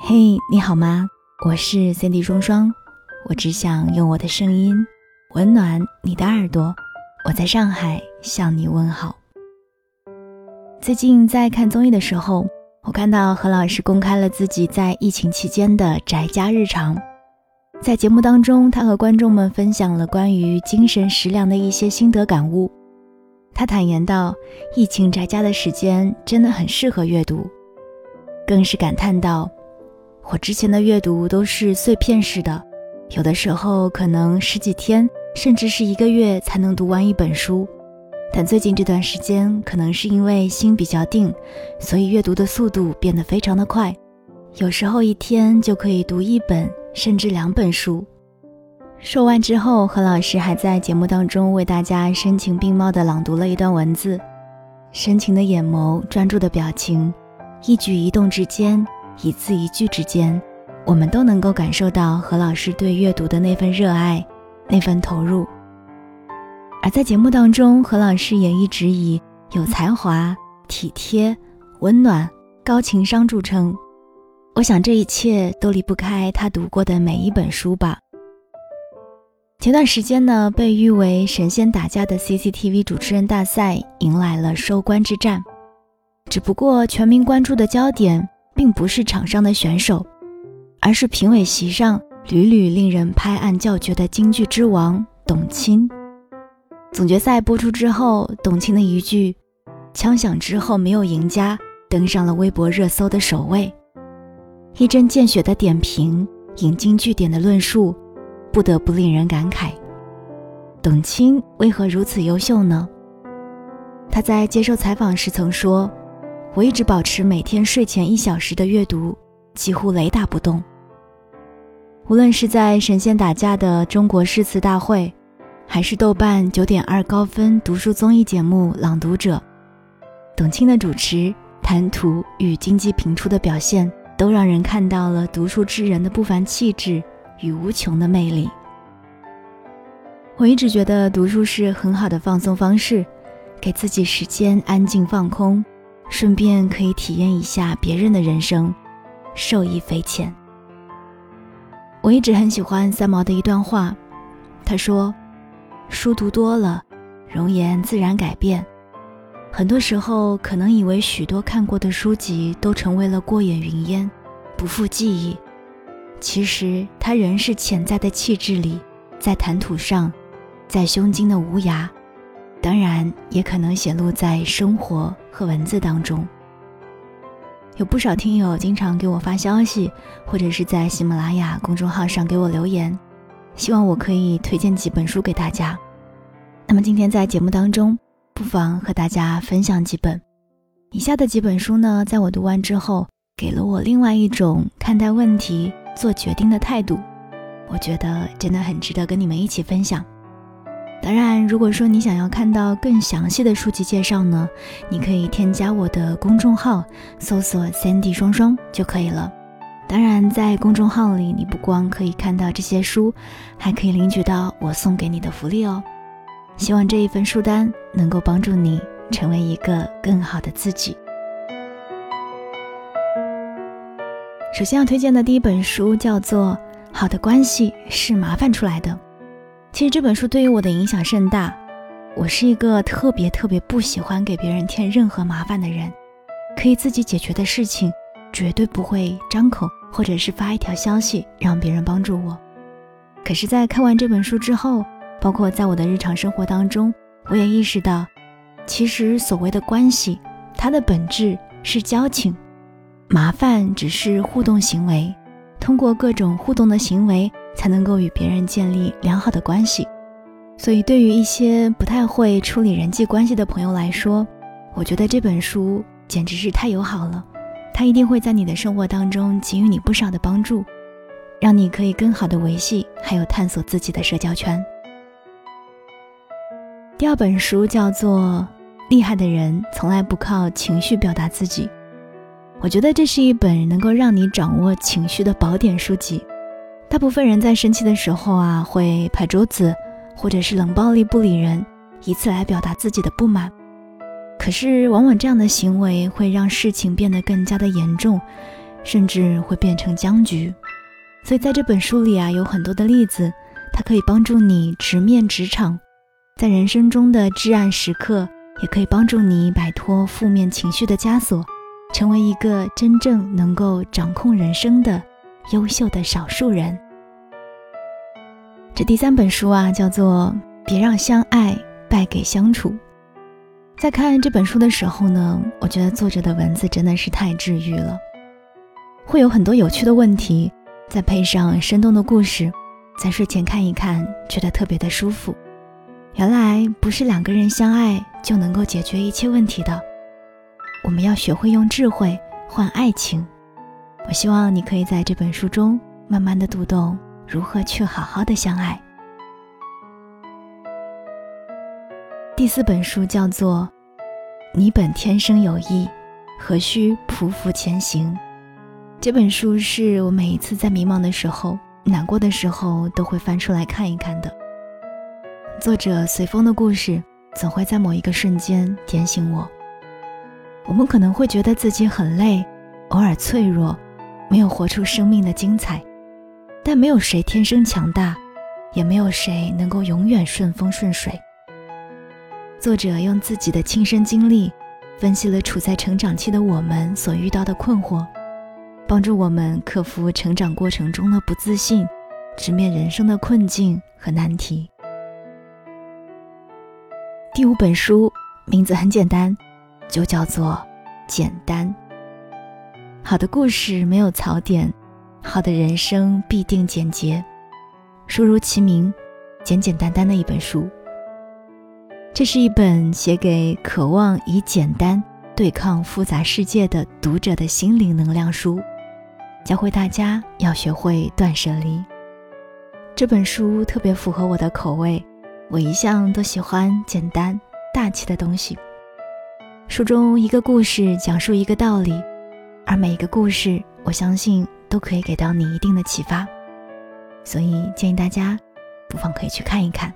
嘿，你好吗？我是 Cindy 双双，我只想用我的声音温暖你的耳朵。我在上海向你问好。最近在看综艺的时候，我看到何老师公开了自己在疫情期间的宅家日常。在节目当中，他和观众们分享了关于精神食粮的一些心得感悟。他坦言道，疫情宅家的时间真的很适合阅读，更是感叹道，我之前的阅读都是碎片式的，有的时候可能十几天甚至是1个月才能读完一本书，但最近这段时间可能是因为心比较定，所以阅读的速度变得非常的快，有时候1天就可以读1本甚至2本书。说完之后，何老师还在节目当中为大家声情并茂地朗读了一段文字，深情的眼眸，专注的表情，一举一动之间，一字一句之间，我们都能够感受到何老师对阅读的那份热爱，那份投入。而在节目当中，何老师也一直以有才华、体贴、温暖、高情商著称。我想这一切都离不开他读过的每一本书吧。前段时间呢，被誉为神仙打架的 CCTV 主持人大赛迎来了收官之战。只不过全民关注的焦点并不是场上的选手，而是评委席上屡屡令人拍案叫绝的京剧之王董卿。总决赛播出之后，董卿的一句枪响之后没有赢家登上了微博热搜的首位。一针见血的点评，引经据典的论述，不得不令人感慨，董卿为何如此优秀呢？她在接受采访时曾说，我一直保持每天睡前1小时的阅读，几乎雷打不动。无论是在神仙打架的中国诗词大会，还是豆瓣9.2高分读书综艺节目《朗读者》，董卿的主持、谈吐与经济频出的表现，都让人看到了读书之人的不凡气质与无穷的魅力。我一直觉得读书是很好的放松方式，给自己时间安静放空，顺便可以体验一下别人的人生，受益匪浅。我一直很喜欢三毛的一段话，他说，书读多了，容颜自然改变。很多时候可能以为许多看过的书籍都成为了过眼云烟，不复记忆，其实它仍是潜在的气质里，在谈吐上，在胸襟的无涯，当然也可能显露在生活和文字当中。有不少听友经常给我发消息，或者是在喜马拉雅公众号上给我留言，希望我可以推荐几本书给大家。那么今天在节目当中，不妨和大家分享几本。以下的几本书呢，在我读完之后，给了我另外一种看待问题、做决定的态度，我觉得真的很值得跟你们一起分享。当然，如果说你想要看到更详细的书籍介绍呢，你可以添加我的公众号，搜索 Cindy 双双就可以了。当然，在公众号里，你不光可以看到这些书，还可以领取到我送给你的福利哦。希望这一份书单能够帮助你成为一个更好的自己。首先要推荐的第一本书叫做《好的关系是麻烦出来的》。其实这本书对于我的影响甚大，我是一个特别不喜欢给别人添任何麻烦的人，可以自己解决的事情绝对不会张口或者是发一条消息让别人帮助我。可是在看完这本书之后，包括在我的日常生活当中，我也意识到，其实所谓的关系，它的本质是交情，麻烦只是互动行为，通过各种互动的行为才能够与别人建立良好的关系。所以对于一些不太会处理人际关系的朋友来说，我觉得这本书简直是太友好了，它一定会在你的生活当中给予你不少的帮助，让你可以更好的维系还有探索自己的社交圈。第二本书叫做《厉害的人从来不靠情绪表达自己》，我觉得这是一本能够让你掌握情绪的宝典书籍。大部分人在生气的时候会拍桌子，或者是冷暴力不理人，以此来表达自己的不满。可是往往这样的行为会让事情变得更加的严重， 甚至会变成僵局。所以在这本书里有很多的例子，它可以帮助你直面职场，在人生中的至暗时刻，也可以帮助你摆脱负面情绪的枷锁，成为一个真正能够掌控人生的优秀的少数人。这第3本书叫做别让相爱败给相处。在看这本书的时候呢，我觉得作者的文字真的是太治愈了，会有很多有趣的问题，再配上生动的故事，在睡前看一看，觉得特别的舒服。原来不是2个人相爱就能够解决一切问题的，我们要学会用智慧换爱情。我希望你可以在这本书中慢慢的读懂如何去好好的相爱。第4本书叫做你本天生有意，何须匍匐前行。这本书是我每一次在迷茫的时候，难过的时候都会翻出来看一看的。作者随风的故事总会在某一个瞬间点醒我。我们可能会觉得自己很累，偶尔脆弱，没有活出生命的精彩，但没有谁天生强大，也没有谁能够永远顺风顺水。作者用自己的亲身经历分析了处在成长期的我们所遇到的困惑，帮助我们克服成长过程中的不自信，直面人生的困境和难题。第5本书名字很简单，就叫做简单。好的故事没有槽点，好的人生必定简洁。书如其名，简简单单的一本书。这是一本写给渴望以简单对抗复杂世界的读者的心灵能量书，教会大家要学会断舍离。这本书特别符合我的口味，我一向都喜欢简单大气的东西。书中一个故事讲述一个道理，而每一个故事我相信都可以给到你一定的启发，所以建议大家不妨可以去看一看。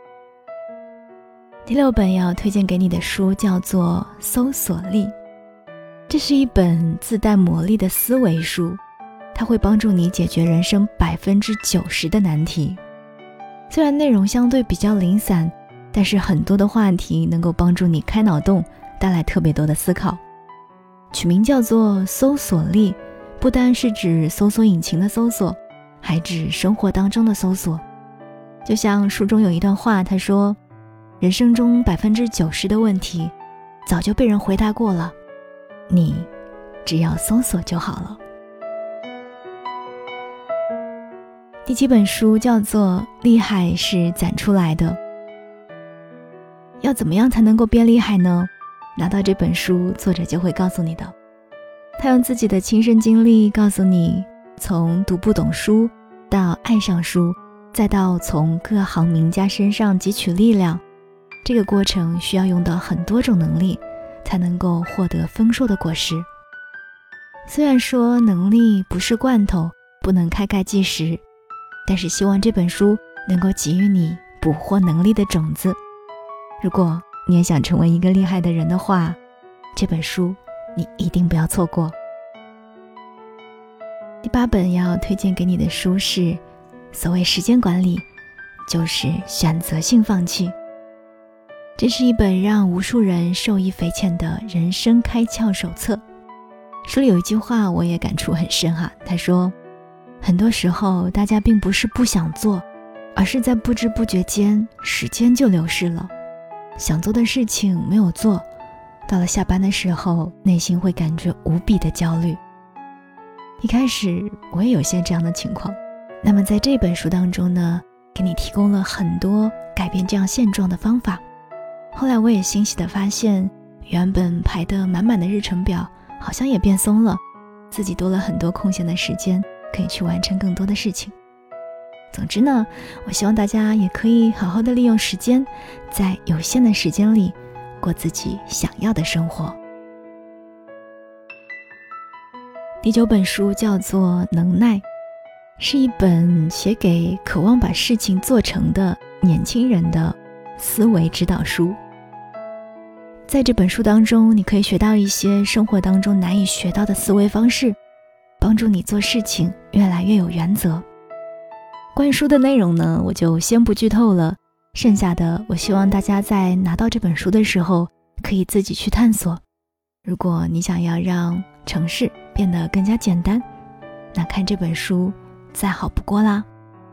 第6本要推荐给你的书叫做搜索力。这是一本自带魔力的思维书，它会帮助你解决人生90%的难题。虽然内容相对比较零散，但是很多的话题能够帮助你开脑洞，带来特别多的思考。取名叫做搜索力，不单是指搜索引擎的搜索，还指生活当中的搜索。就像书中有一段话，他说，人生中90%的问题早就被人回答过了，你只要搜索就好了。第7本书叫做厉害是攒出来的。要怎么样才能够变厉害呢？拿到这本书，作者就会告诉你的。他用自己的亲身经历告诉你，从读不懂书到爱上书，再到从各行名家身上汲取力量，这个过程需要用到很多种能力，才能够获得丰硕的果实。虽然说能力不是罐头，不能开盖即食，但是希望这本书能够给予你捕获能力的种子。如果你也想成为一个厉害的人的话，这本书你一定不要错过。第8本要推荐给你的书是所谓时间管理，就是选择性放弃。这是一本让无数人受益匪浅的人生开窍手册。书里有一句话我也感触很深他说，很多时候大家并不是不想做，而是在不知不觉间时间就流逝了，想做的事情没有做，到了下班的时候内心会感觉无比的焦虑。一开始我也有些这样的情况，那么在这本书当中呢，给你提供了很多改变这样现状的方法。后来我也欣喜地发现，原本排得满满的日程表好像也变松了，自己多了很多空闲的时间，可以去完成更多的事情。总之呢，我希望大家也可以好好的利用时间，在有限的时间里过自己想要的生活。第9本书叫做能耐，是一本写给渴望把事情做成的年轻人的思维指导书。在这本书当中，你可以学到一些生活当中难以学到的思维方式， 帮助你做事情越来越有原则。关于书的内容呢，我就先不剧透了，剩下的我希望大家在拿到这本书的时候可以自己去探索。如果你想要让城市变得更加简单，那看这本书再好不过啦。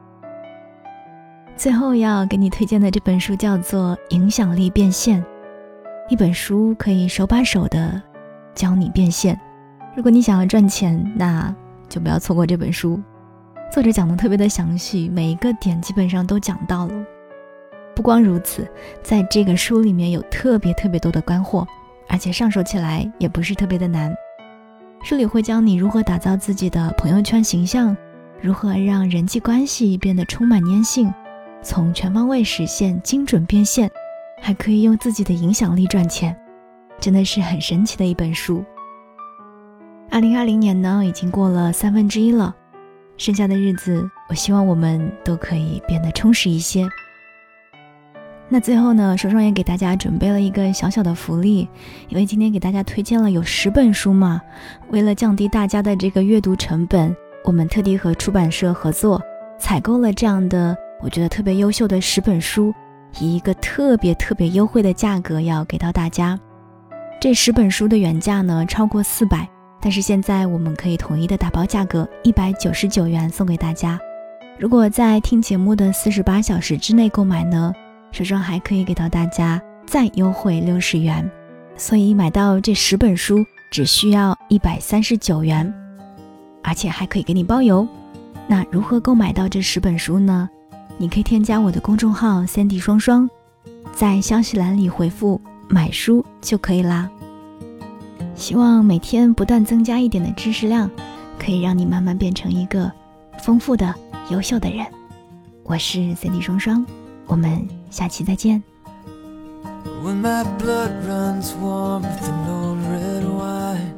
最后要给你推荐的这本书叫做《影响力变现》，一本书可以手把手的教你变现。如果你想要赚钱，那就不要错过这本书。作者讲得特别的详细，每一个点基本上都讲到了。不光如此，在这个书里面有特别多的干货，而且上手起来也不是特别的难。书里会教你如何打造自己的朋友圈形象，如何让人际关系变得充满粘性，从全方位实现精准变现，还可以用自己的影响力赚钱，真的是很神奇的一本书。2020年呢，已经过了1/3了，剩下的日子，我希望我们都可以变得充实一些。那最后呢，双双也给大家准备了一个小小的福利，因为今天给大家推荐了有10本书嘛，为了降低大家的这个阅读成本，我们特地和出版社合作，采购了这样的我觉得特别优秀的10本书，以一个特别优惠的价格要给到大家。这10本书的原价呢超过400，但是现在我们可以统一的打包价格199元送给大家。如果在听节目的48小时之内购买呢，双双还可以给到大家再优惠60元，所以买到这10本书只需要139元，而且还可以给你包邮。那如何购买到这10本书呢？你可以添加我的公众号Sandy双双，在消息栏里回复买书就可以啦。希望每天不断增加一点的知识量，可以让你慢慢变成一个丰富的优秀的人。我是 Sandy 双双，我们下期再见。 When my blood runs warm with an old red wine,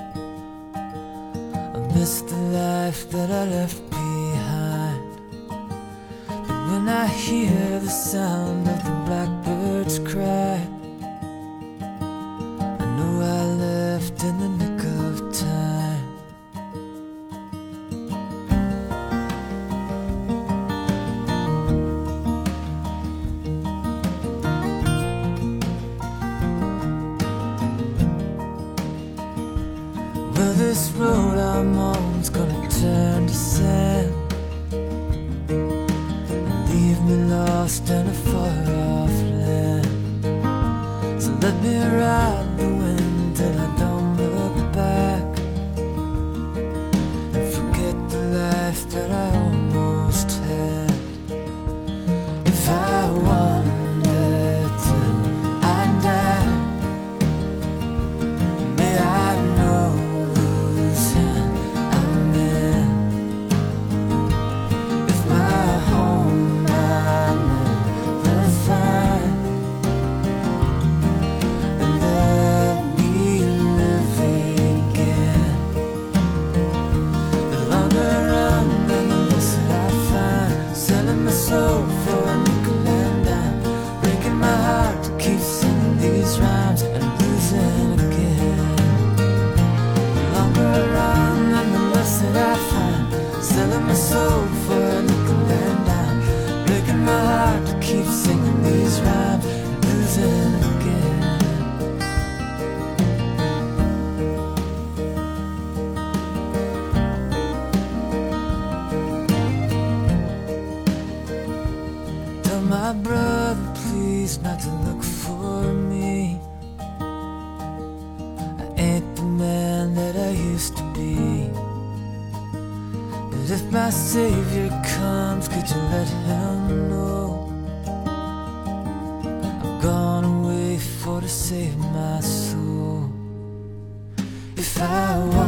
I miss the life that I left behind. But when I hear the sound of the blackbirds cry, I know I left in the nick of time. Well, this road I'm on's gonna turn to sand, leave me lost in a far-off land. So let me ride the wind till I don't look back, and forget the life that I almost had. If I wanted to, I'd die. May I know whose hand I'm in. If my home I never find, then let me live again. The longer I run, then the less that I find. Selling my soul for a nickel and dime, breaking my heart to keep singing these rhymes and losing again. The longer I run, then the less that I find. Selling my soul for a nickel and dime, breaking my heart to keep singing these rhymes and losing again. Tell my brother please not to look for me. I ain't the man that I used to be. But if my Savior comes, could you let him know I've gone away for to save my soul? If I